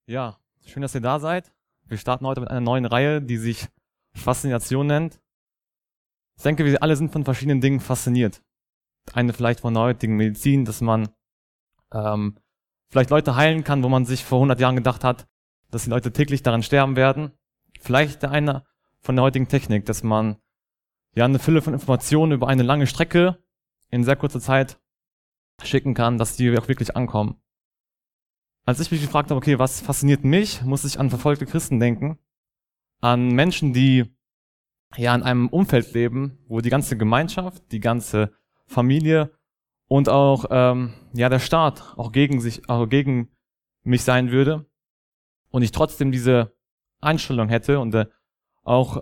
Ja, schön, dass ihr da seid. Wir starten heute mit einer neuen Reihe, die sich Faszination nennt. Ich denke, wir alle sind von verschiedenen Dingen fasziniert. Eine vielleicht von der heutigen Medizin, dass man vielleicht Leute heilen kann, wo man sich vor 100 Jahren gedacht hat, dass die Leute täglich daran sterben werden. Vielleicht der eine von der heutigen Technik, dass man ja eine Fülle von Informationen über eine lange Strecke in sehr kurzer Zeit schicken kann, dass die auch wirklich ankommen. Als ich mich gefragt habe, okay, was fasziniert mich, muss ich an verfolgte Christen denken, an Menschen, die ja in einem Umfeld leben, wo die ganze Gemeinschaft, die ganze Familie und auch der Staat auch gegen mich sein würde und ich trotzdem diese Einstellung hätte und auch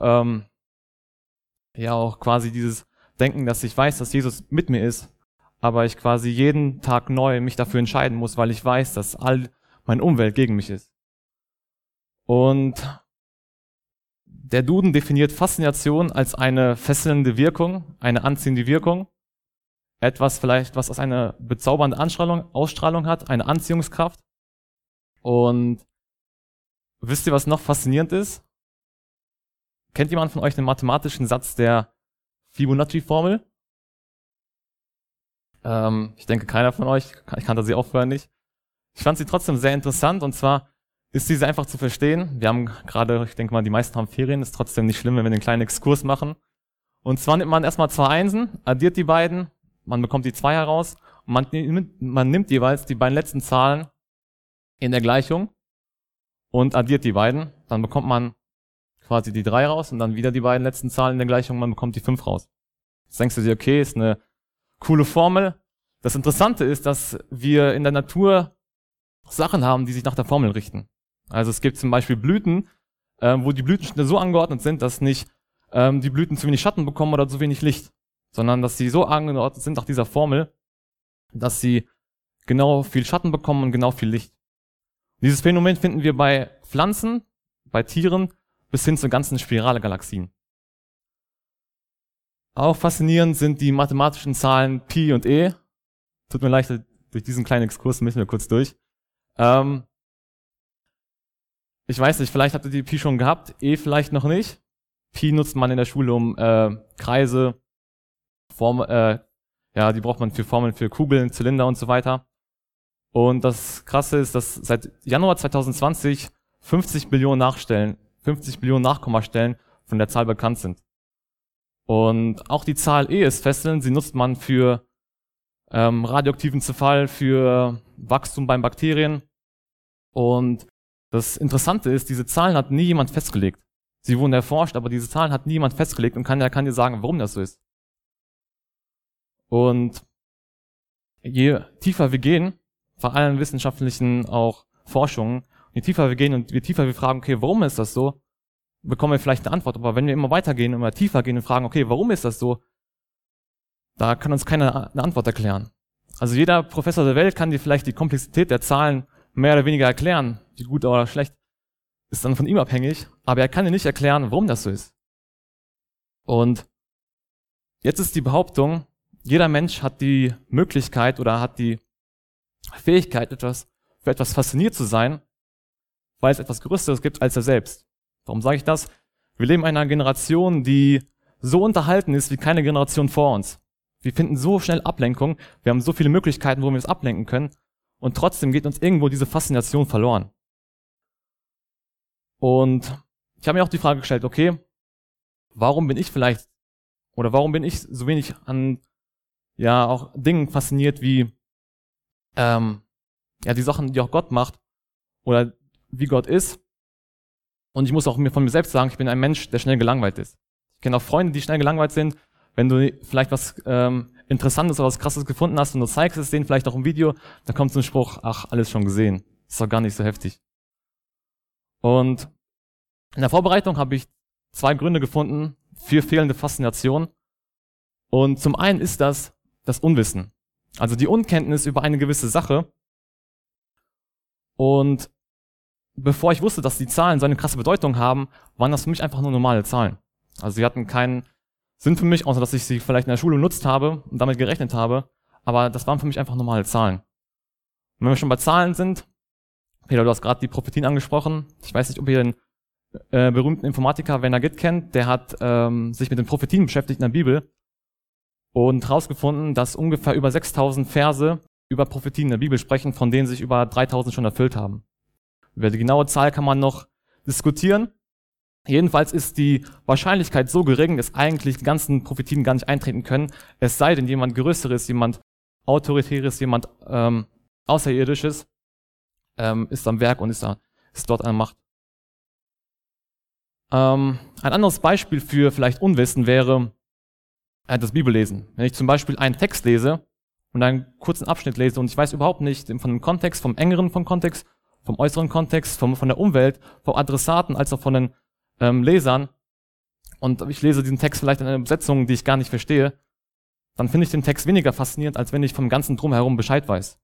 quasi dieses Denken, dass ich weiß, dass Jesus mit mir ist, aber ich quasi jeden Tag neu mich dafür entscheiden muss, weil ich weiß, dass all meine Umwelt gegen mich ist. Und der Duden definiert Faszination als eine fesselnde Wirkung, eine anziehende Wirkung. Etwas vielleicht, was aus einer bezaubernden Ausstrahlung hat, eine Anziehungskraft. Und wisst ihr, was noch faszinierend ist? Kennt jemand von euch den mathematischen Satz der Fibonacci-Formel? Ich denke, keiner von euch. Ich kannte sie auch vorher nicht. Ich fand sie trotzdem sehr interessant und zwar ist diese einfach zu verstehen. Wir haben gerade, ich denke mal, die meisten haben Ferien, ist trotzdem nicht schlimm, wenn wir einen kleinen Exkurs machen. Und zwar nimmt man erstmal zwei Einsen, addiert die beiden, man bekommt die 2 heraus und man nimmt jeweils die beiden letzten Zahlen in der Gleichung und addiert die beiden. Dann bekommt man quasi die 3 raus und dann wieder die beiden letzten Zahlen in der Gleichung, man bekommt die 5 raus. Jetzt denkst du dir, okay, ist eine coole Formel. Das Interessante ist, dass wir in der Natur Sachen haben, die sich nach der Formel richten. Also es gibt zum Beispiel Blüten, wo die Blütenstände so angeordnet sind, dass nicht die Blüten zu wenig Schatten bekommen oder zu wenig Licht, sondern dass sie so angeordnet sind nach dieser Formel, dass sie genau viel Schatten bekommen und genau viel Licht. Dieses Phänomen finden wir bei Pflanzen, bei Tieren bis hin zu ganzen Spiralgalaxien. Auch faszinierend sind die mathematischen Zahlen Pi und E. Tut mir leid, durch diesen kleinen Exkurs müssen wir kurz durch. Ich weiß nicht, vielleicht habt ihr die Pi schon gehabt, E vielleicht noch nicht. Pi nutzt man in der Schule, um Kreise, die braucht man für Formeln für Kugeln, Zylinder und so weiter. Und das Krasse ist, dass seit Januar 2020 50 Billionen Nachkommastellen von der Zahl bekannt sind. Und auch die Zahl E ist fesselnd, sie nutzt man für radioaktiven Zerfall, für Wachstum beim Bakterien. Und das Interessante ist, diese Zahlen hat nie jemand festgelegt. Sie wurden erforscht, aber diese Zahlen hat nie jemand festgelegt und kann dir sagen, warum das so ist. Und je tiefer wir gehen, vor allen wissenschaftlichen auch Forschungen, je tiefer wir gehen und je tiefer wir fragen, okay, warum ist das so, bekommen wir vielleicht eine Antwort. Aber wenn wir immer weitergehen, immer tiefer gehen und fragen, okay, warum ist das so, da kann uns keiner eine Antwort erklären. Also jeder Professor der Welt kann dir vielleicht die Komplexität der Zahlen mehr oder weniger erklären, wie gut oder schlecht, ist dann von ihm abhängig, aber er kann dir nicht erklären, warum das so ist. Und jetzt ist die Behauptung, jeder Mensch hat die Möglichkeit oder hat die Fähigkeit, für etwas fasziniert zu sein, weil es etwas Größeres gibt als er selbst. Warum sage ich das? Wir leben in einer Generation, die so unterhalten ist wie keine Generation vor uns. Wir finden so schnell Ablenkung, wir haben so viele Möglichkeiten, wo wir es ablenken können und trotzdem geht uns irgendwo diese Faszination verloren. Und ich habe mir auch die Frage gestellt, okay, warum bin ich so wenig an auch Dingen fasziniert wie die Sachen, die auch Gott macht oder wie Gott ist. Und ich muss auch von mir selbst sagen, ich bin ein Mensch, der schnell gelangweilt ist. Ich kenne auch Freunde, die schnell gelangweilt sind. Wenn du vielleicht was Interessantes oder was Krasses gefunden hast und du zeigst es denen vielleicht auch im Video, dann kommt so ein Spruch, ach, alles schon gesehen. Ist doch gar nicht so heftig. Und in der Vorbereitung habe ich 2 Gründe gefunden für fehlende Faszination. Und zum einen ist das Unwissen. Also die Unkenntnis über eine gewisse Sache. Und bevor ich wusste, dass die Zahlen so eine krasse Bedeutung haben, waren das für mich einfach nur normale Zahlen. Also sie hatten keinen Sinn für mich, außer dass ich sie vielleicht in der Schule benutzt habe und damit gerechnet habe. Aber das waren für mich einfach normale Zahlen. Und wenn wir schon bei Zahlen sind, Peter, du hast gerade die Prophetien angesprochen. Ich weiß nicht, ob ihr den berühmten Informatiker Werner Gitt kennt. Der hat sich mit den Prophetien beschäftigt in der Bibel und herausgefunden, dass ungefähr über 6000 Verse über Prophetien in der Bibel sprechen, von denen sich über 3000 schon erfüllt haben. Über die genaue Zahl kann man noch diskutieren. Jedenfalls ist die Wahrscheinlichkeit so gering, dass eigentlich die ganzen Prophetien gar nicht eintreten können, es sei denn, jemand Größeres, jemand Autoritäres, jemand Außerirdisches ist am Werk und ist dort an der Macht. Ein anderes Beispiel für vielleicht Unwissen wäre das Bibellesen. Wenn ich zum Beispiel einen Text lese und einen kurzen Abschnitt lese und ich weiß überhaupt nicht von dem Kontext, vom engeren vom Kontext, vom äußeren Kontext, von der Umwelt, vom Adressaten, als auch von den Lesern und ich lese diesen Text vielleicht in einer Übersetzung, die ich gar nicht verstehe, dann finde ich den Text weniger faszinierend, als wenn ich vom ganzen Drumherum Bescheid weiß.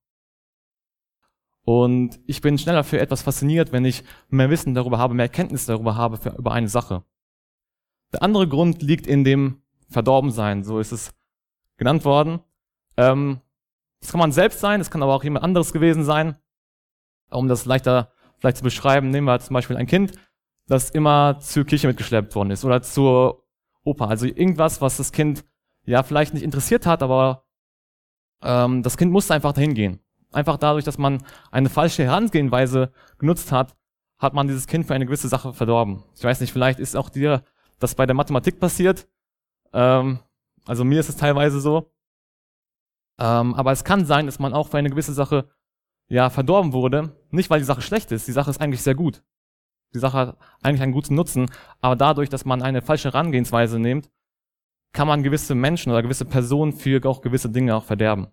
Und ich bin schneller für etwas fasziniert, wenn ich mehr Wissen darüber habe, mehr Kenntnis darüber habe, über eine Sache. Der andere Grund liegt in dem Verdorbensein, so ist es genannt worden. Das kann man selbst sein, es kann aber auch jemand anderes gewesen sein. Um das leichter vielleicht zu beschreiben, nehmen wir zum Beispiel ein Kind, das immer zur Kirche mitgeschleppt worden ist oder zur Oper. Also irgendwas, was das Kind ja vielleicht nicht interessiert hat, aber das Kind musste einfach dahin gehen. Einfach dadurch, dass man eine falsche Herangehensweise genutzt hat, hat man dieses Kind für eine gewisse Sache verdorben. Ich weiß nicht, vielleicht ist auch dir das bei der Mathematik passiert. Also mir ist es teilweise so. Aber es kann sein, dass man auch für eine gewisse Sache ja verdorben wurde. Nicht, weil die Sache schlecht ist. Die Sache ist eigentlich sehr gut. Die Sache hat eigentlich einen guten Nutzen. Aber dadurch, dass man eine falsche Herangehensweise nimmt, kann man gewisse Menschen oder gewisse Personen für auch gewisse Dinge auch verderben.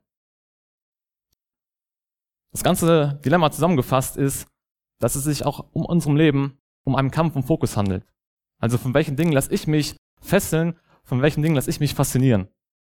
Das ganze Dilemma zusammengefasst ist, dass es sich auch um unserem Leben um einen Kampf um Fokus handelt. Also von welchen Dingen lasse ich mich fesseln, von welchen Dingen lasse ich mich faszinieren.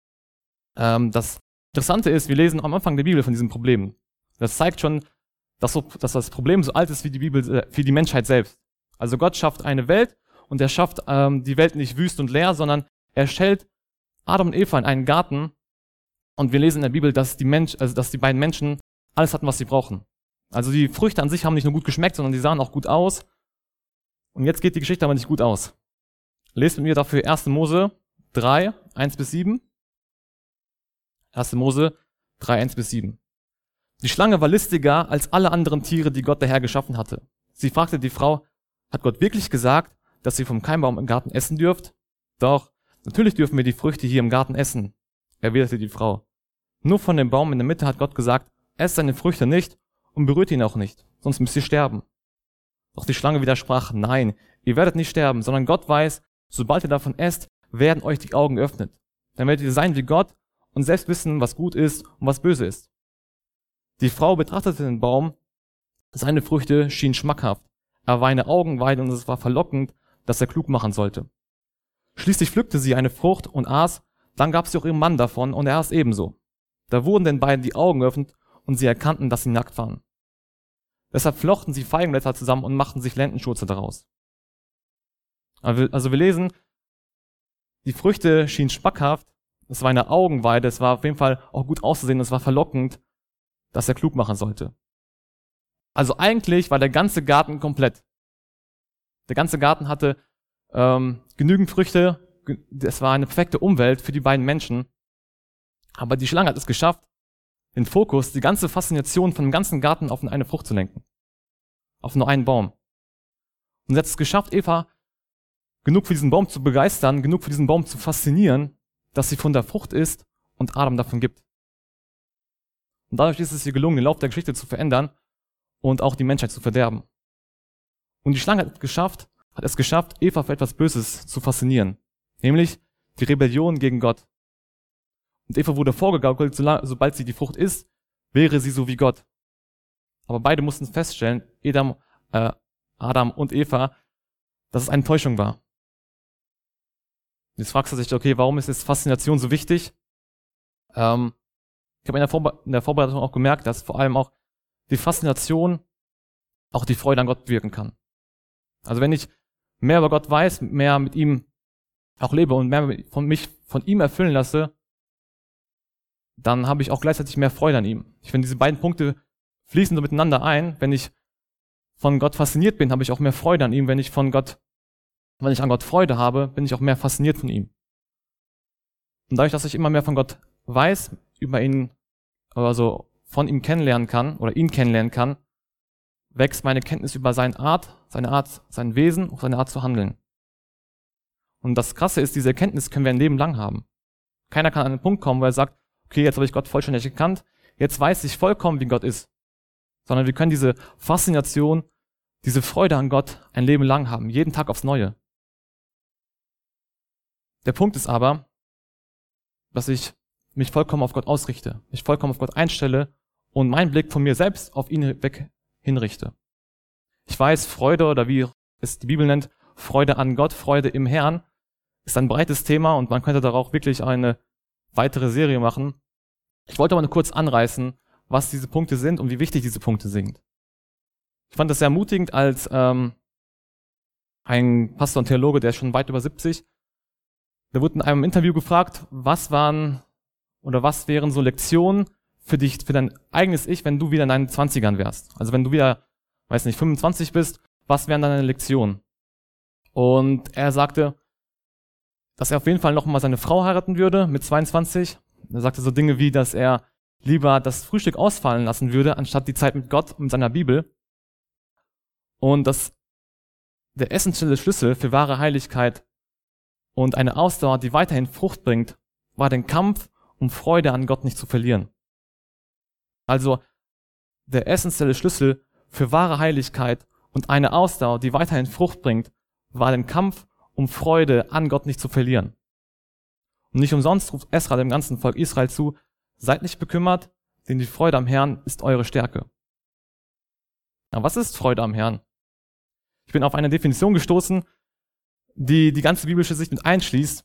Das Interessante ist, wir lesen am Anfang der Bibel von diesen Problemen. Das zeigt schon, dass das Problem so alt ist wie die Bibel, wie die Menschheit selbst. Also Gott schafft eine Welt und er schafft die Welt nicht wüst und leer, sondern er stellt Adam und Eva in einen Garten und wir lesen in der Bibel, dass die beiden Menschen alles hatten, was sie brauchen. Also die Früchte an sich haben nicht nur gut geschmeckt, sondern die sahen auch gut aus. Und jetzt geht die Geschichte aber nicht gut aus. Lest mit mir dafür 1. Mose 3, 1-7. 1. Mose 3, 1-7. Die Schlange war listiger als alle anderen Tiere, die Gott der Herr geschaffen hatte. Sie fragte die Frau, hat Gott wirklich gesagt, dass ihr vom Keimbaum im Garten essen dürft? Doch, natürlich dürfen wir die Früchte hier im Garten essen, erwiderte die Frau. Nur von dem Baum in der Mitte hat Gott gesagt, esst seine Früchte nicht und berührt ihn auch nicht, sonst müsst ihr sterben. Doch die Schlange widersprach, nein, ihr werdet nicht sterben, sondern Gott weiß, sobald ihr davon esst, werden euch die Augen geöffnet. Dann werdet ihr sein wie Gott und selbst wissen, was gut ist und was böse ist. Die Frau betrachtete den Baum, seine Früchte schienen schmackhaft, er war eine Augenweide und es war verlockend, dass er klug machen sollte. Schließlich pflückte sie eine Frucht und aß, dann gab sie auch ihrem Mann davon und er aß ebenso. Da wurden den beiden die Augen geöffnet und sie erkannten, dass sie nackt waren. Deshalb flochten sie Feigenblätter zusammen und machten sich Lendenschurze daraus. Also wir lesen, die Früchte schienen schmackhaft, es war eine Augenweide, es war auf jeden Fall auch gut auszusehen, es war verlockend, dass er klug machen sollte. Also eigentlich war der ganze Garten komplett. Der ganze Garten hatte genügend Früchte, es war eine perfekte Umwelt für die beiden Menschen. Aber die Schlange hat es geschafft, den Fokus, die ganze Faszination von dem ganzen Garten auf eine Frucht zu lenken. Auf nur einen Baum. Und sie hat es geschafft, Eva genug für diesen Baum zu begeistern, genug für diesen Baum zu faszinieren, dass sie von der Frucht isst und Adam davon gibt. Und dadurch ist es ihr gelungen, den Lauf der Geschichte zu verändern und auch die Menschheit zu verderben. Und die Schlange hat es geschafft, Eva für etwas Böses zu faszinieren. Nämlich die Rebellion gegen Gott. Und Eva wurde vorgegaukelt, sobald sie die Frucht isst, wäre sie so wie Gott. Aber beide mussten feststellen, Adam und Eva, dass es eine Täuschung war. Jetzt fragst du dich, okay, warum ist jetzt Faszination so wichtig? Ich habe in der Vorbereitung auch gemerkt, dass vor allem auch die Faszination auch die Freude an Gott wirken kann. Also wenn ich mehr über Gott weiß, mehr mit ihm auch lebe und mehr mich von ihm erfüllen lasse, dann habe ich auch gleichzeitig mehr Freude an ihm. Ich finde, diese beiden Punkte fließen so miteinander ein. Wenn ich von Gott fasziniert bin, habe ich auch mehr Freude an ihm. Wenn ich an Gott Freude habe, bin ich auch mehr fasziniert von ihm. Und dadurch, dass ich immer mehr von Gott weiß, über ihn, also von ihm kennenlernen kann oder ihn kennenlernen kann, wächst meine Kenntnis über sein Wesen, auch seine Art zu handeln. Und das Krasse ist, diese Erkenntnis können wir ein Leben lang haben. Keiner kann an einen Punkt kommen, wo er sagt, okay, jetzt habe ich Gott vollständig gekannt, jetzt weiß ich vollkommen, wie Gott ist. Sondern wir können diese Faszination, diese Freude an Gott ein Leben lang haben, jeden Tag aufs Neue. Der Punkt ist aber, dass ich mich vollkommen auf Gott ausrichte, mich vollkommen auf Gott einstelle und meinen Blick von mir selbst auf ihn hinrichte. Ich weiß, Freude, oder wie es die Bibel nennt, Freude an Gott, Freude im Herrn, ist ein breites Thema und man könnte darauf wirklich eine weitere Serie machen. Ich wollte aber nur kurz anreißen, was diese Punkte sind und wie wichtig diese Punkte sind. Ich fand das sehr ermutigend, als ein Pastor und Theologe, der ist schon weit über 70, der wurde in einem Interview gefragt, was wären so Lektionen für dich, für dein eigenes Ich, wenn du wieder in deinen 20ern wärst. Also wenn du wieder, 25 bist, was wären deine Lektionen? Und er sagte, dass er auf jeden Fall nochmal seine Frau heiraten würde mit 22. Er sagte so Dinge wie, dass er lieber das Frühstück ausfallen lassen würde, anstatt die Zeit mit Gott und mit seiner Bibel. Und dass der essentielle Schlüssel für wahre Heiligkeit und eine Ausdauer, die weiterhin Frucht bringt, war den Kampf, um Freude an Gott nicht zu verlieren. Also der essentielle Schlüssel für wahre Heiligkeit und eine Ausdauer, die weiterhin Frucht bringt, war den Kampf, um Freude an Gott nicht zu verlieren. Und nicht umsonst ruft Esra dem ganzen Volk Israel zu, seid nicht bekümmert, denn die Freude am Herrn ist eure Stärke. Na, was ist Freude am Herrn? Ich bin auf eine Definition gestoßen, die die ganze biblische Sicht mit einschließt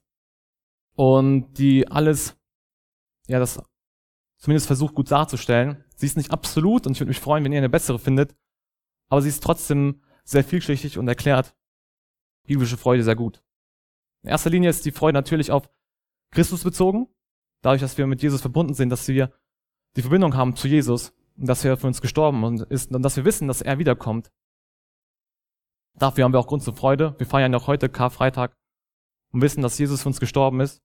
und die alles, das zumindest versucht gut darzustellen. Sie ist nicht absolut und ich würde mich freuen, wenn ihr eine bessere findet, aber sie ist trotzdem sehr vielschichtig und erklärt biblische Freude sehr gut. In erster Linie ist die Freude natürlich auf Christus bezogen, dadurch, dass wir mit Jesus verbunden sind, dass wir die Verbindung haben zu Jesus und dass er für uns gestorben ist und dass wir wissen, dass er wiederkommt. Dafür haben wir auch Grund zur Freude. Wir feiern ja auch heute Karfreitag und wissen, dass Jesus für uns gestorben ist.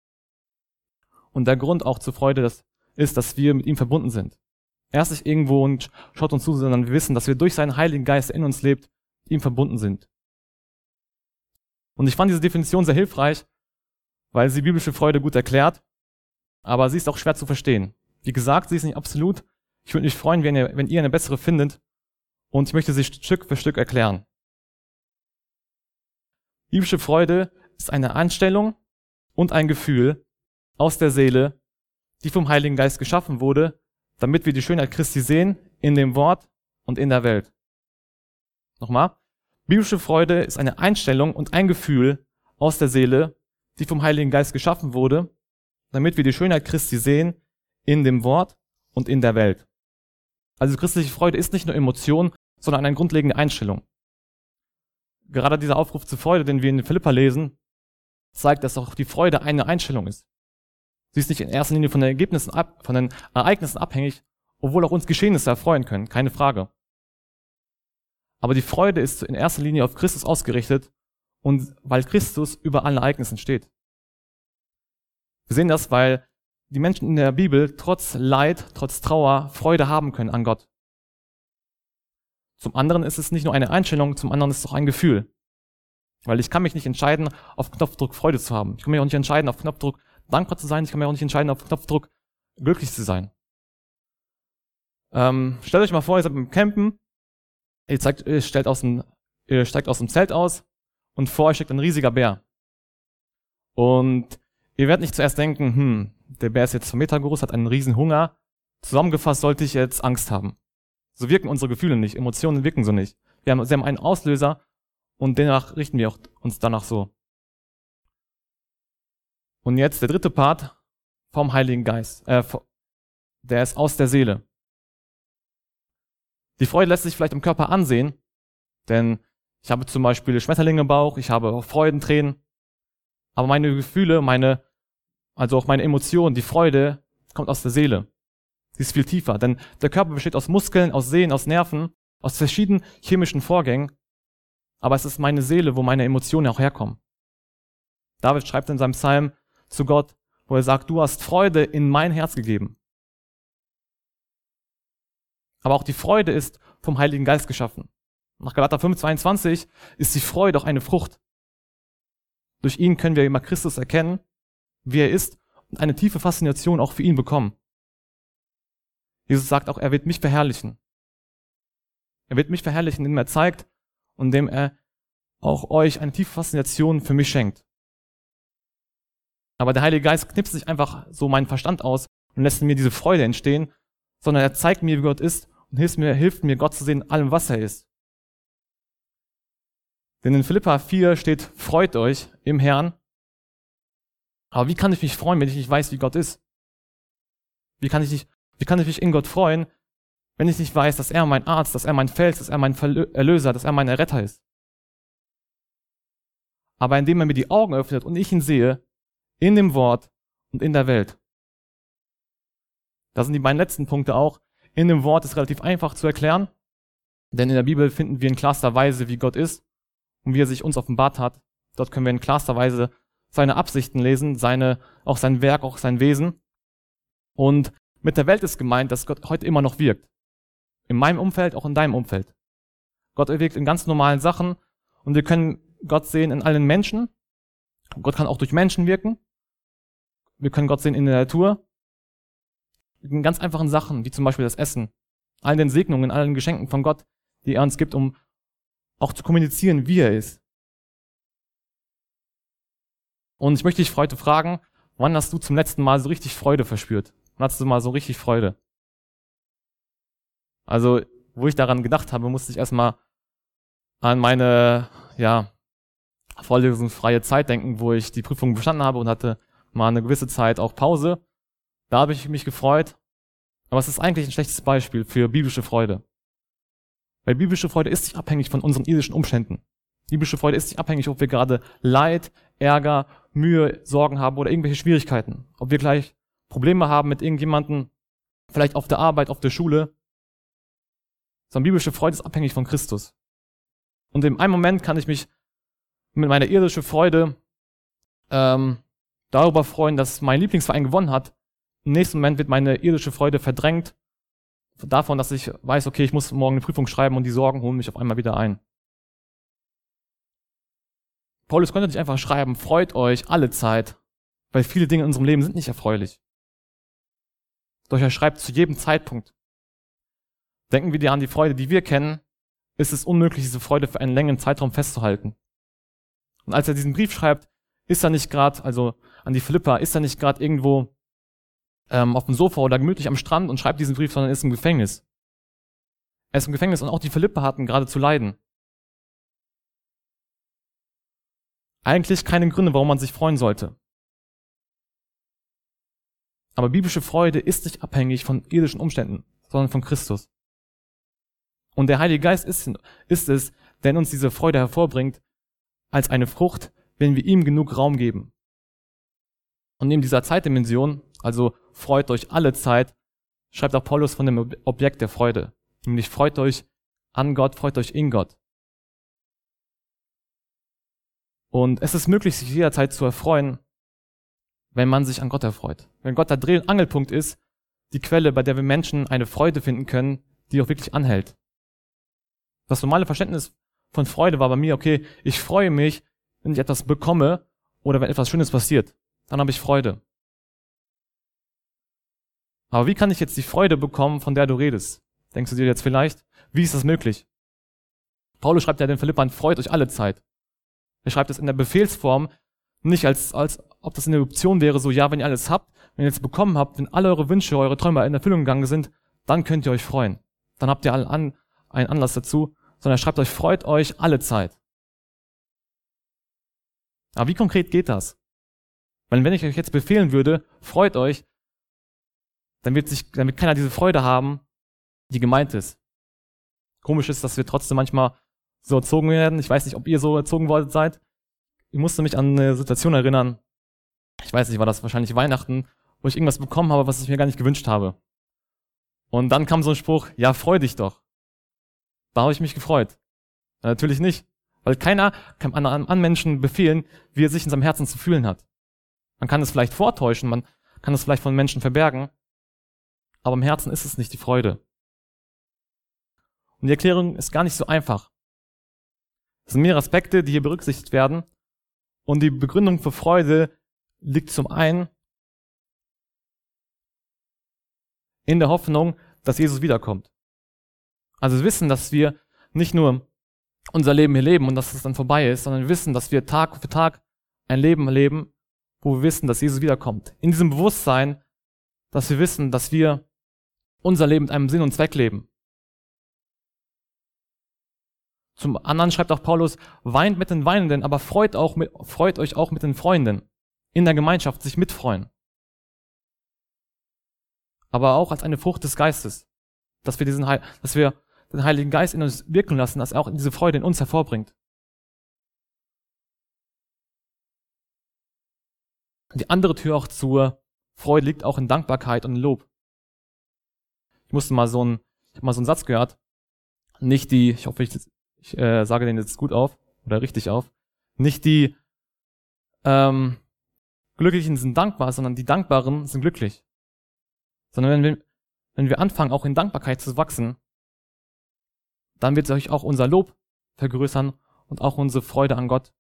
Und der Grund auch zur Freude ist, dass wir mit ihm verbunden sind. Er ist nicht irgendwo und schaut uns zu, sondern wir wissen, dass wir durch seinen Heiligen Geist, der in uns lebt, mit ihm verbunden sind. Und ich fand diese Definition sehr hilfreich, weil sie biblische Freude gut erklärt, aber sie ist auch schwer zu verstehen. Wie gesagt, sie ist nicht absolut. Ich würde mich freuen, wenn ihr eine bessere findet und ich möchte sie Stück für Stück erklären. Biblische Freude ist eine Einstellung und ein Gefühl aus der Seele, die vom Heiligen Geist geschaffen wurde, damit wir die Schönheit Christi sehen in dem Wort und in der Welt. Nochmal. Biblische Freude ist eine Einstellung und ein Gefühl aus der Seele, die vom Heiligen Geist geschaffen wurde, damit wir die Schönheit Christi sehen in dem Wort und in der Welt. Also christliche Freude ist nicht nur Emotion, sondern eine grundlegende Einstellung. Gerade dieser Aufruf zur Freude, den wir in Philipper lesen, zeigt, dass auch die Freude eine Einstellung ist. Sie ist nicht in erster Linie von den Ereignissen abhängig, obwohl auch uns Geschehnisse erfreuen können, keine Frage. Aber die Freude ist in erster Linie auf Christus ausgerichtet und weil Christus über allen Ereignissen steht. Wir sehen das, weil die Menschen in der Bibel trotz Leid, trotz Trauer Freude haben können an Gott. Zum anderen ist es nicht nur eine Einstellung, zum anderen ist es auch ein Gefühl. Weil ich kann mich nicht entscheiden, auf Knopfdruck Freude zu haben. Ich kann mich auch nicht entscheiden, auf Knopfdruck dankbar zu sein. Ich kann mich auch nicht entscheiden, auf Knopfdruck glücklich zu sein. Stellt euch mal vor, ihr seid beim Campen, ihr steigt aus dem Zelt aus und vor euch steckt ein riesiger Bär. Und ihr werdet nicht zuerst denken, der Bär ist jetzt 2 Meter groß, hat einen riesen Hunger. Zusammengefasst sollte ich jetzt Angst haben. So wirken unsere Gefühle nicht, Emotionen wirken so nicht. Sie haben einen Auslöser und danach richten wir uns danach so. Und jetzt der dritte Part vom Heiligen Geist, der ist aus der Seele. Die Freude lässt sich vielleicht im Körper ansehen, denn ich habe zum Beispiel Schmetterlinge im Bauch, ich habe auch Freudentränen, aber meine Gefühle, also auch meine Emotionen, die Freude kommt aus der Seele. Sie ist viel tiefer, denn der Körper besteht aus Muskeln, aus Sehnen, aus Nerven, aus verschiedenen chemischen Vorgängen, aber es ist meine Seele, wo meine Emotionen auch herkommen. David schreibt in seinem Psalm zu Gott, wo er sagt, du hast Freude in mein Herz gegeben. Aber auch die Freude ist vom Heiligen Geist geschaffen. Nach Galater 5,22 ist die Freude auch eine Frucht. Durch ihn können wir immer Christus erkennen, wie er ist, und eine tiefe Faszination auch für ihn bekommen. Jesus sagt auch, er wird mich verherrlichen. Er wird mich verherrlichen, indem er zeigt und indem er auch euch eine tiefe Faszination für mich schenkt. Aber der Heilige Geist knipst nicht einfach so meinen Verstand aus und lässt mir diese Freude entstehen, sondern er zeigt mir, wie Gott ist und hilft mir, Gott zu sehen in allem, was er ist. Denn in Philipper 4 steht, freut euch im Herrn. Aber wie kann ich mich freuen, wenn ich nicht weiß, wie Gott ist? Wie kann ich mich in Gott freuen, wenn ich nicht weiß, dass er mein Arzt, dass er mein Fels, dass er mein Erlöser, dass er mein Erretter ist? Aber indem er mir die Augen öffnet und ich ihn sehe, in dem Wort und in der Welt. Da sind die beiden letzten Punkte auch. In dem Wort ist relativ einfach zu erklären, denn in der Bibel finden wir in klarster Weise, wie Gott ist und wie er sich uns offenbart hat. Dort können wir in klarster Weise seine Absichten lesen, auch sein Werk, auch sein Wesen. Und mit der Welt ist gemeint, dass Gott heute immer noch wirkt. In meinem Umfeld, auch in deinem Umfeld. Gott wirkt in ganz normalen Sachen und wir können Gott sehen in allen Menschen. Gott kann auch durch Menschen wirken. Wir können Gott sehen in der Natur. In ganz einfachen Sachen, wie zum Beispiel das Essen. All den Segnungen, allen Geschenken von Gott, die er uns gibt, um auch zu kommunizieren, wie er ist. Und ich möchte dich heute fragen, wann hast du zum letzten Mal so richtig Freude verspürt? Wann hast du mal so richtig Freude? Also, wo ich daran gedacht habe, musste ich erstmal an meine, vorlesungsfreie Zeit denken, wo ich die Prüfung bestanden habe und hatte mal eine gewisse Zeit auch Pause. Da habe ich mich gefreut. Aber es ist eigentlich ein schlechtes Beispiel für biblische Freude. Weil biblische Freude ist nicht abhängig von unseren irdischen Umständen. Biblische Freude ist nicht abhängig, ob wir gerade Leid, Ärger, Mühe, Sorgen haben oder irgendwelche Schwierigkeiten. Ob wir gleich Probleme haben mit irgendjemandem, vielleicht auf der Arbeit, auf der Schule. Sondern biblische Freude ist abhängig von Christus. Und in einem Moment kann ich mich mit meiner irdischen Freude darüber freuen, dass mein Lieblingsverein gewonnen hat. Im nächsten Moment wird meine irdische Freude verdrängt davon, dass ich weiß, okay, ich muss morgen eine Prüfung schreiben und die Sorgen holen mich auf einmal wieder ein. Paulus konnte nicht einfach schreiben, freut euch alle Zeit, weil viele Dinge in unserem Leben sind nicht erfreulich. Doch er schreibt zu jedem Zeitpunkt. Denken wir dir an die Freude, die wir kennen, ist es unmöglich, diese Freude für einen längeren Zeitraum festzuhalten. Und als er diesen Brief schreibt, ist er nicht gerade, also an die Philipper, ist er nicht gerade irgendwo auf dem Sofa oder gemütlich am Strand und schreibt diesen Brief, sondern ist im Gefängnis. Er ist im Gefängnis und auch die Philipper hatten gerade zu leiden. Eigentlich keine Gründe, warum man sich freuen sollte. Aber biblische Freude ist nicht abhängig von irdischen Umständen, sondern von Christus. Und der Heilige Geist ist es, der in uns diese Freude hervorbringt, als eine Frucht, wenn wir ihm genug Raum geben. Und neben dieser Zeitdimension, also freut euch alle Zeit, schreibt auch Paulus von dem Objekt der Freude. Nämlich freut euch an Gott, freut euch in Gott. Und es ist möglich, sich jederzeit zu erfreuen, wenn man sich an Gott erfreut. Wenn Gott der Dreh- und Angelpunkt ist, die Quelle, bei der wir Menschen eine Freude finden können, die auch wirklich anhält. Das normale Verständnis von Freude war bei mir, okay, ich freue mich, wenn ich etwas bekomme oder wenn etwas Schönes passiert. Dann habe ich Freude. Aber wie kann ich jetzt die Freude bekommen, von der du redest? Denkst du dir jetzt vielleicht, wie ist das möglich? Paulus schreibt ja den Philippern, freut euch alle Zeit. Er schreibt es in der Befehlsform, nicht als ob das eine Option wäre, so, ja, wenn ihr alles habt, wenn ihr jetzt bekommen habt, wenn alle eure Wünsche, eure Träume in Erfüllung gegangen sind, dann könnt ihr euch freuen. Dann habt ihr einen Anlass dazu, sondern er schreibt euch, freut euch alle Zeit. Aber wie konkret geht das? Weil wenn ich euch jetzt befehlen würde, freut euch, dann wird keiner diese Freude haben, die gemeint ist. Komisch ist, dass wir trotzdem manchmal so erzogen werden. Ich weiß nicht, ob ihr so erzogen worden seid. Ich musste mich an eine Situation erinnern. Ich weiß nicht, war das wahrscheinlich Weihnachten, wo ich irgendwas bekommen habe, was ich mir gar nicht gewünscht habe. Und dann kam so ein Spruch, ja, freu dich doch. Da habe ich mich gefreut. Ja, natürlich nicht, weil keiner kann an Menschen befehlen, wie er sich in seinem Herzen zu fühlen hat. Man kann es vielleicht vortäuschen, man kann es vielleicht von Menschen verbergen, aber im Herzen ist es nicht die Freude. Und die Erklärung ist gar nicht so einfach. Es sind mehrere Aspekte, die hier berücksichtigt werden. Und die Begründung für Freude liegt zum einen in der Hoffnung, dass Jesus wiederkommt. Also wir wissen, dass wir nicht nur unser Leben hier leben und dass es dann vorbei ist, sondern wir wissen, dass wir Tag für Tag ein Leben leben, wo wir wissen, dass Jesus wiederkommt. In diesem Bewusstsein, dass wir wissen, dass wir unser Leben mit einem Sinn und Zweck leben. Zum anderen schreibt auch Paulus, weint mit den Weinenden, aber freut euch auch mit den Freunden. In der Gemeinschaft sich mitfreuen. Aber auch als eine Frucht des Geistes. Dass wir den Heiligen Geist in uns wirken lassen, dass er auch diese Freude in uns hervorbringt. Die andere Tür auch zur Freude liegt auch in Dankbarkeit und Lob. Ich habe mal so einen Satz gehört. Ich hoffe, ich sage den jetzt gut auf oder richtig auf. Nicht die Glücklichen sind dankbar, sondern die Dankbaren sind glücklich. Sondern wenn wir anfangen, auch in Dankbarkeit zu wachsen, dann wird sich auch unser Lob vergrößern und auch unsere Freude an Gott.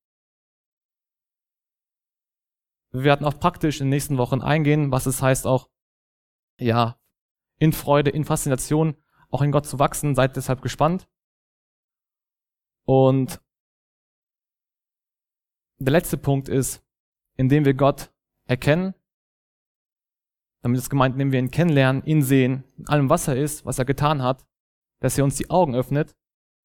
Wir werden auch praktisch in den nächsten Wochen eingehen, was es heißt auch, ja, in Freude, in Faszination, auch in Gott zu wachsen. Seid deshalb gespannt. Und der letzte Punkt ist, indem wir Gott erkennen, damit ist gemeint, indem wir ihn kennenlernen, ihn sehen, in allem, was er ist, was er getan hat, dass er uns die Augen öffnet.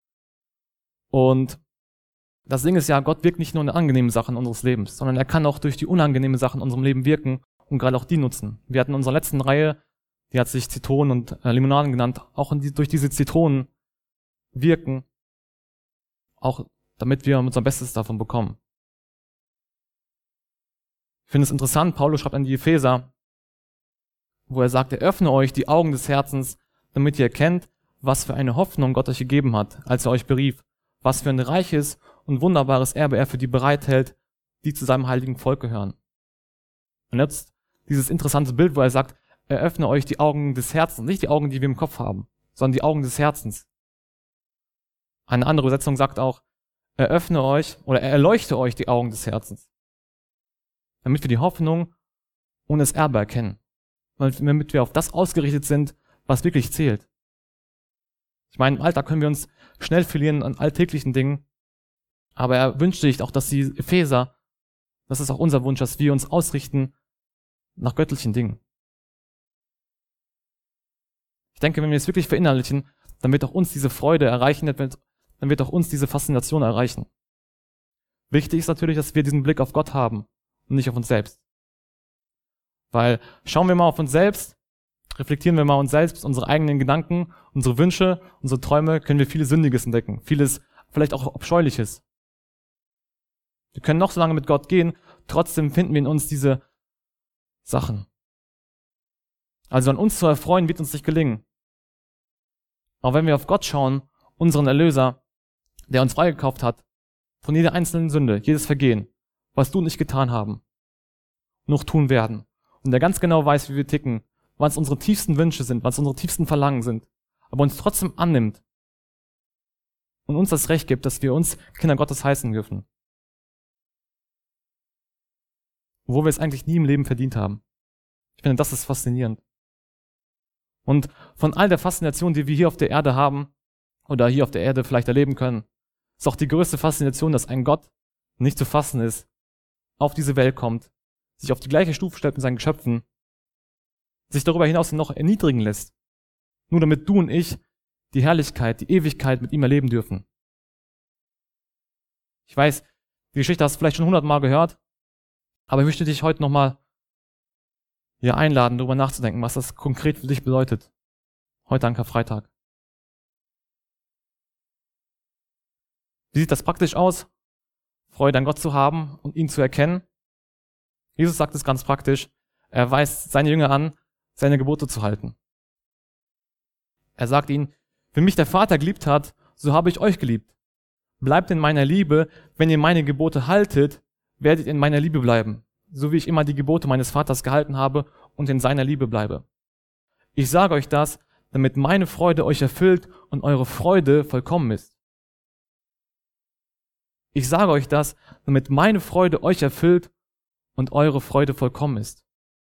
Und das Ding ist ja, Gott wirkt nicht nur in den angenehmen Sachen unseres Lebens, sondern er kann auch durch die unangenehmen Sachen in unserem Leben wirken und gerade auch die nutzen. Wir hatten in unserer letzten Reihe, die hat sich Zitronen und Limonaden genannt, auch durch diese Zitronen wirken, auch damit wir unser Bestes davon bekommen. Ich finde es interessant, Paulus schreibt an die Epheser, wo er sagt, öffne euch die Augen des Herzens, damit ihr erkennt, was für eine Hoffnung Gott euch gegeben hat, als er euch berief, was für ein reiches und wunderbares Erbe er für die bereithält, die zu seinem heiligen Volk gehören. Und jetzt dieses interessante Bild, wo er sagt, eröffne euch die Augen des Herzens, nicht die Augen, die wir im Kopf haben, sondern die Augen des Herzens. Eine andere Übersetzung sagt auch, eröffne euch oder erleuchte euch die Augen des Herzens, damit wir die Hoffnung und das Erbe erkennen, damit wir auf das ausgerichtet sind, was wirklich zählt. Ich meine, im Alltag können wir uns schnell verlieren an alltäglichen Dingen, aber er wünscht sich auch, dass die Epheser, das ist auch unser Wunsch, dass wir uns ausrichten nach göttlichen Dingen. Ich denke, wenn wir es wirklich verinnerlichen, dann wird auch uns diese Freude erreichen, dann wird auch uns diese Faszination erreichen. Wichtig ist natürlich, dass wir diesen Blick auf Gott haben und nicht auf uns selbst. Weil schauen wir mal auf uns selbst, reflektieren wir mal uns selbst, unsere eigenen Gedanken, unsere Wünsche, unsere Träume, können wir vieles Sündiges entdecken, vieles vielleicht auch Abscheuliches. Wir können noch so lange mit Gott gehen, trotzdem finden wir in uns diese Sachen. Also an uns zu erfreuen, wird uns nicht gelingen. Aber wenn wir auf Gott schauen, unseren Erlöser, der uns freigekauft hat, von jeder einzelnen Sünde, jedes Vergehen, was du und ich getan haben, noch tun werden, und der ganz genau weiß, wie wir ticken, was unsere tiefsten Wünsche sind, was unsere tiefsten Verlangen sind, aber uns trotzdem annimmt und uns das Recht gibt, dass wir uns Kinder Gottes heißen dürfen. Wo wir es eigentlich nie im Leben verdient haben. Ich finde, das ist faszinierend. Und von all der Faszination, die wir hier auf der Erde haben, oder hier auf der Erde vielleicht erleben können, ist auch die größte Faszination, dass ein Gott nicht zu fassen ist, auf diese Welt kommt, sich auf die gleiche Stufe stellt mit seinen Geschöpfen, sich darüber hinaus noch erniedrigen lässt, nur damit du und ich die Herrlichkeit, die Ewigkeit mit ihm erleben dürfen. Ich weiß, die Geschichte hast du vielleicht schon 100-mal gehört, aber ich möchte dich heute nochmal hier einladen, darüber nachzudenken, was das konkret für dich bedeutet. Heute an Karfreitag. Wie sieht das praktisch aus? Freude an Gott zu haben und ihn zu erkennen. Jesus sagt es ganz praktisch. Er weist seine Jünger an, seine Gebote zu halten. Er sagt ihnen, wie mich der Vater geliebt hat, so habe ich euch geliebt. Bleibt in meiner Liebe, wenn ihr meine Gebote haltet, werdet ihr in meiner Liebe bleiben, so wie ich immer die Gebote meines Vaters gehalten habe und in seiner Liebe bleibe. Ich sage euch das, damit meine Freude euch erfüllt und eure Freude vollkommen ist. Ich sage euch das, damit meine Freude euch erfüllt und eure Freude vollkommen ist.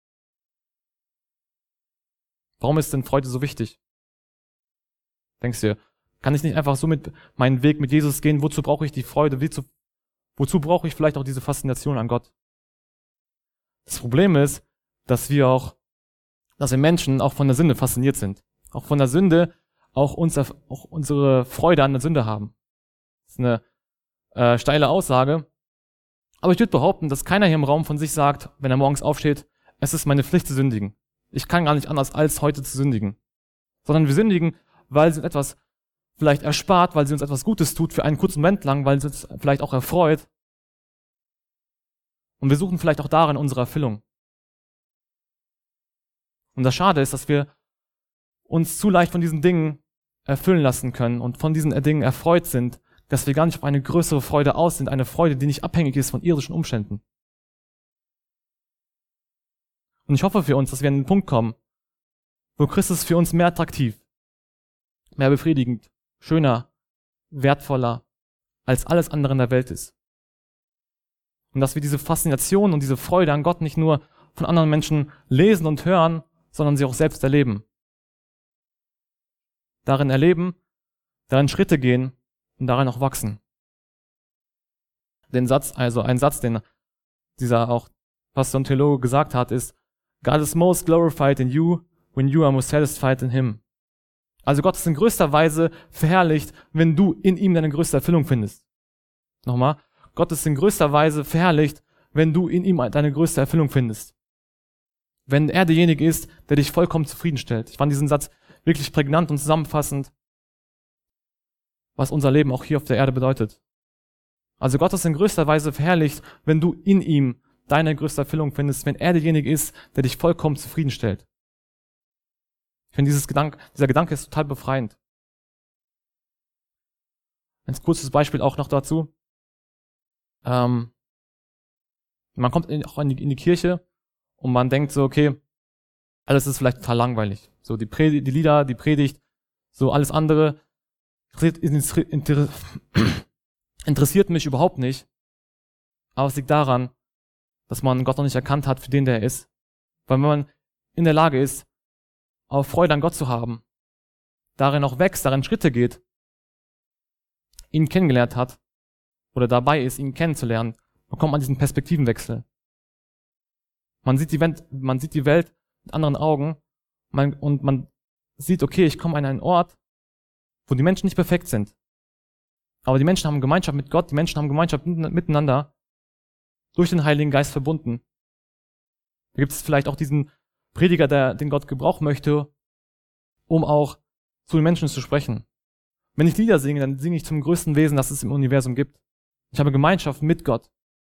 Warum ist denn Freude so wichtig? Denkst du, kann ich nicht einfach so mit meinen Weg mit Jesus gehen? Wozu brauche ich die Freude? Wozu brauche ich vielleicht auch diese Faszination an Gott? Das Problem ist, dass wir Menschen auch von der Sünde fasziniert sind. Auch von der Sünde, auch unsere Freude an der Sünde haben. Das ist eine steile Aussage. Aber ich würde behaupten, dass keiner hier im Raum von sich sagt, wenn er morgens aufsteht, es ist meine Pflicht zu sündigen. Ich kann gar nicht anders, als heute zu sündigen. Sondern wir sündigen, weil sie uns etwas vielleicht erspart, weil sie uns etwas Gutes tut für einen kurzen Moment lang, weil sie uns vielleicht auch erfreut. Und wir suchen vielleicht auch darin unsere Erfüllung. Und das Schade ist, dass wir uns zu leicht von diesen Dingen erfüllen lassen können und von diesen Dingen erfreut sind, dass wir gar nicht auf eine größere Freude aus sind, eine Freude, die nicht abhängig ist von irdischen Umständen. Und ich hoffe für uns, dass wir an den Punkt kommen, wo Christus für uns mehr attraktiv, mehr befriedigend, schöner, wertvoller als alles andere in der Welt ist. Und dass wir diese Faszination und diese Freude an Gott nicht nur von anderen Menschen lesen und hören, sondern sie auch selbst erleben. Darin erleben, darin Schritte gehen und darin auch wachsen. Ein Satz, den dieser auch Pastor und Theologe gesagt hat, ist: God is most glorified in you when you are most satisfied in him. Also Gott ist in größter Weise verherrlicht, wenn du in ihm deine größte Erfüllung findest. Nochmal, Gott ist in größter Weise verherrlicht, wenn du in ihm deine größte Erfüllung findest. Wenn er derjenige ist, der dich vollkommen zufriedenstellt. Ich fand diesen Satz wirklich prägnant und zusammenfassend, was unser Leben auch hier auf der Erde bedeutet. Also Gott ist in größter Weise verherrlicht, wenn du in ihm deine größte Erfüllung findest, wenn er derjenige ist, der dich vollkommen zufriedenstellt. Ich finde, dieser Gedanke ist total befreiend. Ein kurzes Beispiel auch noch dazu. Man kommt auch in die Kirche und man denkt so, okay, alles ist vielleicht total langweilig. So die Lieder, die Predigt, so alles andere interessiert mich überhaupt nicht. Aber es liegt daran, dass man Gott noch nicht erkannt hat, für den der er ist. Weil wenn man in der Lage ist, auch Freude an Gott zu haben, darin auch wächst, darin Schritte geht, ihn kennengelernt hat oder dabei ist, ihn kennenzulernen, bekommt man diesen Perspektivenwechsel. Man sieht die Welt mit anderen Augen und man sieht, okay, ich komme an einen Ort, wo die Menschen nicht perfekt sind. Aber die Menschen haben Gemeinschaft mit Gott, die Menschen haben Gemeinschaft miteinander, durch den Heiligen Geist verbunden. Da gibt es vielleicht auch diesen Prediger, den Gott gebrauchen möchte, um auch zu den Menschen zu sprechen. Wenn ich Lieder singe, dann singe ich zum größten Wesen, das es im Universum gibt. Ich habe Gemeinschaft mit Gott.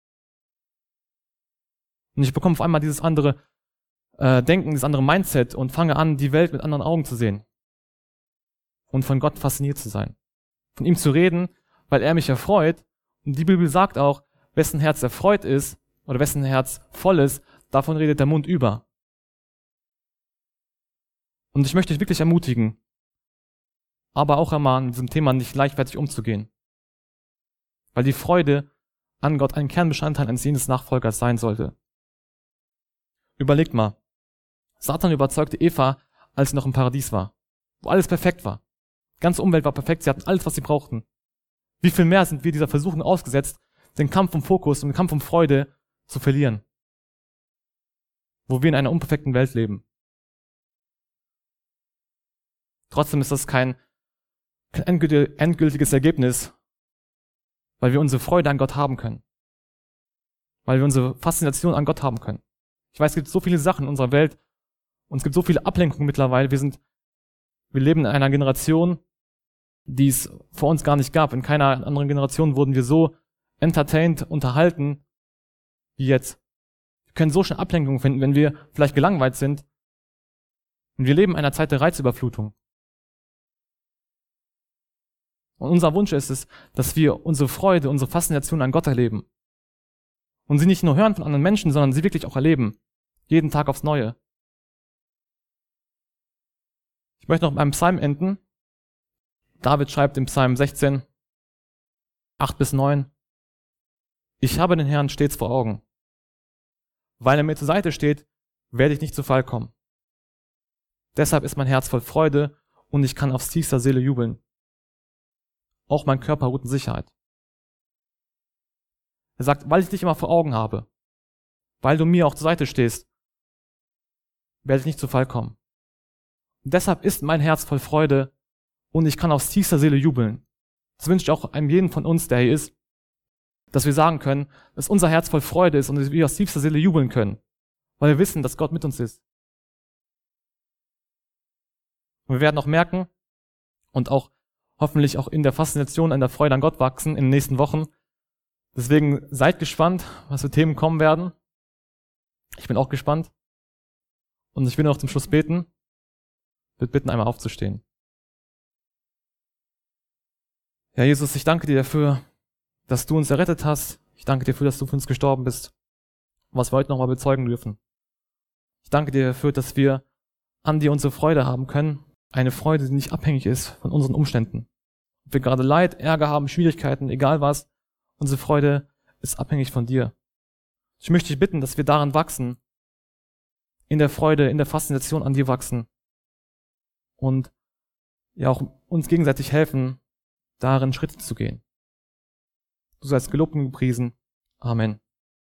Und ich bekomme auf einmal dieses andere Denken, dieses andere Mindset und fange an, die Welt mit anderen Augen zu sehen. Und von Gott fasziniert zu sein. Von ihm zu reden, weil er mich erfreut. Und die Bibel sagt auch, wessen Herz erfreut ist oder wessen Herz voll ist, davon redet der Mund über. Und ich möchte dich wirklich ermutigen, aber auch ermahnen, mit diesem Thema nicht leichtfertig umzugehen. Weil die Freude an Gott ein Kernbestandteil eines jeden Nachfolgers sein sollte. Überlegt mal, Satan überzeugte Eva, als sie noch im Paradies war, wo alles perfekt war. Die ganze Umwelt war perfekt, sie hatten alles, was sie brauchten. Wie viel mehr sind wir dieser Versuchung ausgesetzt, den Kampf um Fokus und den Kampf um Freude zu verlieren, wo wir in einer unperfekten Welt leben. Trotzdem ist das kein endgültiges Ergebnis, weil wir unsere Freude an Gott haben können. Weil wir unsere Faszination an Gott haben können. Ich weiß, es gibt so viele Sachen in unserer Welt und es gibt so viele Ablenkungen mittlerweile. Wir leben in einer Generation, die es vor uns gar nicht gab. In keiner anderen Generation wurden wir so entertained, unterhalten, wie jetzt. Wir können so schnell Ablenkungen finden, wenn wir vielleicht gelangweilt sind. Und wir leben in einer Zeit der Reizüberflutung. Und unser Wunsch ist es, dass wir unsere Freude, unsere Faszination an Gott erleben. Und sie nicht nur hören von anderen Menschen, sondern sie wirklich auch erleben. Jeden Tag aufs Neue. Ich möchte noch mit einem Psalm enden. David schreibt im Psalm 16, 8-9: Ich habe den Herrn stets vor Augen. Weil er mir zur Seite steht, werde ich nicht zu Fall kommen. Deshalb ist mein Herz voll Freude und ich kann aus tiefster Seele jubeln. Auch mein Körper ruht in Sicherheit. Er sagt, weil ich dich immer vor Augen habe, weil du mir auch zur Seite stehst, werde ich nicht zu Fall kommen. Und deshalb ist mein Herz voll Freude und ich kann aus tiefster Seele jubeln. Das wünsche ich auch einem jeden von uns, der hier ist, dass wir sagen können, dass unser Herz voll Freude ist und wir aus tiefster Seele jubeln können, weil wir wissen, dass Gott mit uns ist. Und wir werden auch merken und auch hoffentlich auch in der Faszination, in der Freude an Gott wachsen in den nächsten Wochen. Deswegen seid gespannt, was für Themen kommen werden. Ich bin auch gespannt. Und ich will noch zum Schluss beten. Ich würde bitten, einmal aufzustehen. Ja, Jesus, ich danke dir dafür, dass du uns errettet hast. Ich danke dir dafür, dass du für uns gestorben bist. Was wir heute nochmal bezeugen dürfen. Ich danke dir dafür, dass wir an dir unsere Freude haben können. Eine Freude, die nicht abhängig ist von unseren Umständen. Ob wir gerade Leid, Ärger haben, Schwierigkeiten, egal was, unsere Freude ist abhängig von dir. Ich möchte dich bitten, dass wir daran wachsen, in der Freude, in der Faszination an dir wachsen und ja auch uns gegenseitig helfen, darin Schritte zu gehen. Du seist gelobt und gepriesen. Amen.